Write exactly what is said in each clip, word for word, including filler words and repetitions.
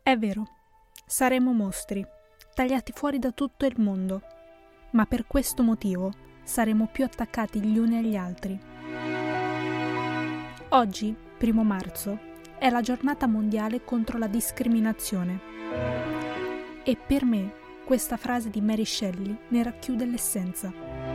È vero, saremo mostri, tagliati fuori da tutto il mondo, ma per questo motivo saremo più attaccati gli uni agli altri. Oggi, primo marzo, è la giornata mondiale contro la discriminazione. E per me questa frase di Mary Shelley ne racchiude l'essenza.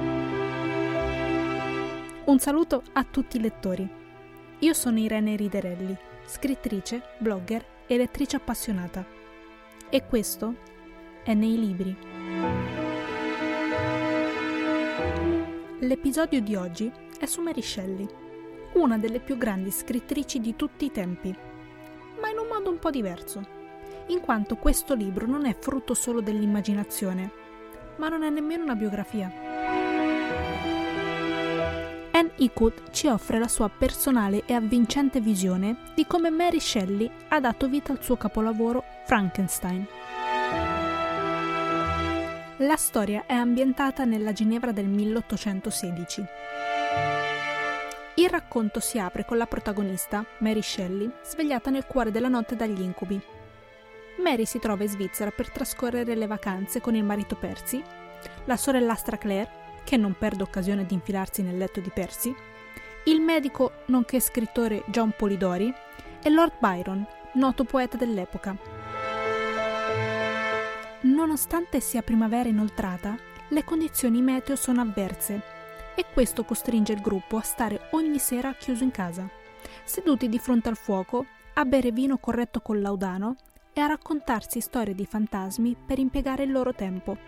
Un saluto a tutti i lettori. Io sono Irene Riderelli, scrittrice, blogger e lettrice appassionata. E questo è Nei Libri. L'episodio di oggi è su Mary Shelley, una delle più grandi scrittrici di tutti i tempi, ma in un modo un po' diverso, in quanto questo libro non è frutto solo dell'immaginazione, ma non è nemmeno una biografia. Anne Heacoot ci offre la sua personale e avvincente visione di come Mary Shelley ha dato vita al suo capolavoro Frankenstein. La storia è ambientata nella Ginevra del milleottocentosedici. Il racconto si apre con la protagonista, Mary Shelley, svegliata nel cuore della notte dagli incubi. Mary si trova in Svizzera per trascorrere le vacanze con il marito Percy, la sorellastra Claire, che non perde occasione di infilarsi nel letto di Percy, il medico nonché scrittore John Polidori e Lord Byron, noto poeta dell'epoca. Nonostante sia primavera inoltrata, le condizioni meteo sono avverse e questo costringe il gruppo a stare ogni sera chiuso in casa, seduti di fronte al fuoco, a bere vino corretto col laudano e a raccontarsi storie di fantasmi per impiegare il loro tempo.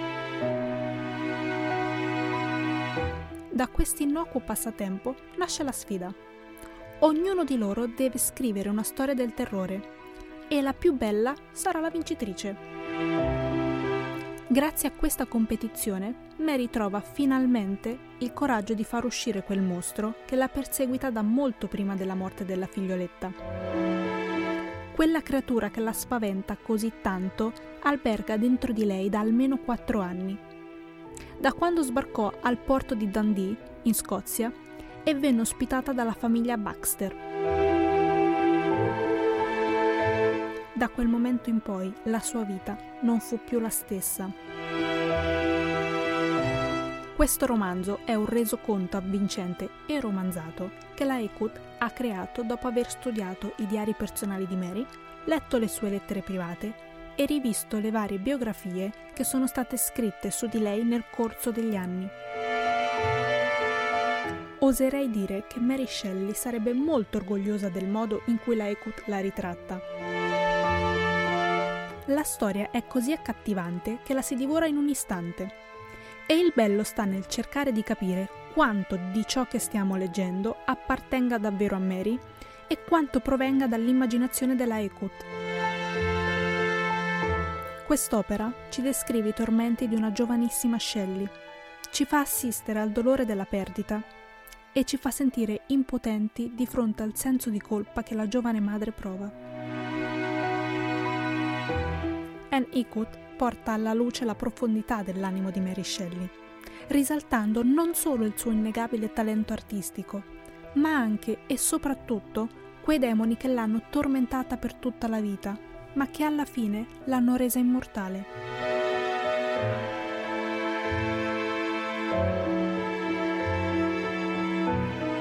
Da questo innocuo passatempo nasce la sfida. Ognuno di loro deve scrivere una storia del terrore e la più bella sarà la vincitrice. Grazie a questa competizione, Mary trova finalmente il coraggio di far uscire quel mostro che l'ha perseguita da molto prima della morte della figlioletta. Quella creatura che la spaventa così tanto alberga dentro di lei da almeno quattro anni. Da quando sbarcò al porto di Dundee, in Scozia, e venne ospitata dalla famiglia Baxter. Da quel momento in poi la sua vita non fu più la stessa. Questo romanzo è un resoconto avvincente e romanzato che la Heacoot ha creato dopo aver studiato i diari personali di Mary, letto le sue lettere private e rivisto le varie biografie che sono state scritte su di lei nel corso degli anni. Oserei dire che Mary Shelley sarebbe molto orgogliosa del modo in cui la Heacoot la ritratta. La storia è così accattivante che la si divora in un istante. E il bello sta nel cercare di capire quanto di ciò che stiamo leggendo appartenga davvero a Mary e quanto provenga dall'immaginazione della Heacoot. Quest'opera ci descrive i tormenti di una giovanissima Shelley, ci fa assistere al dolore della perdita e ci fa sentire impotenti di fronte al senso di colpa che la giovane madre prova. Anne Heacoot porta alla luce la profondità dell'animo di Mary Shelley, risaltando non solo il suo innegabile talento artistico, ma anche e soprattutto quei demoni che l'hanno tormentata per tutta la vita, ma che alla fine l'hanno resa immortale.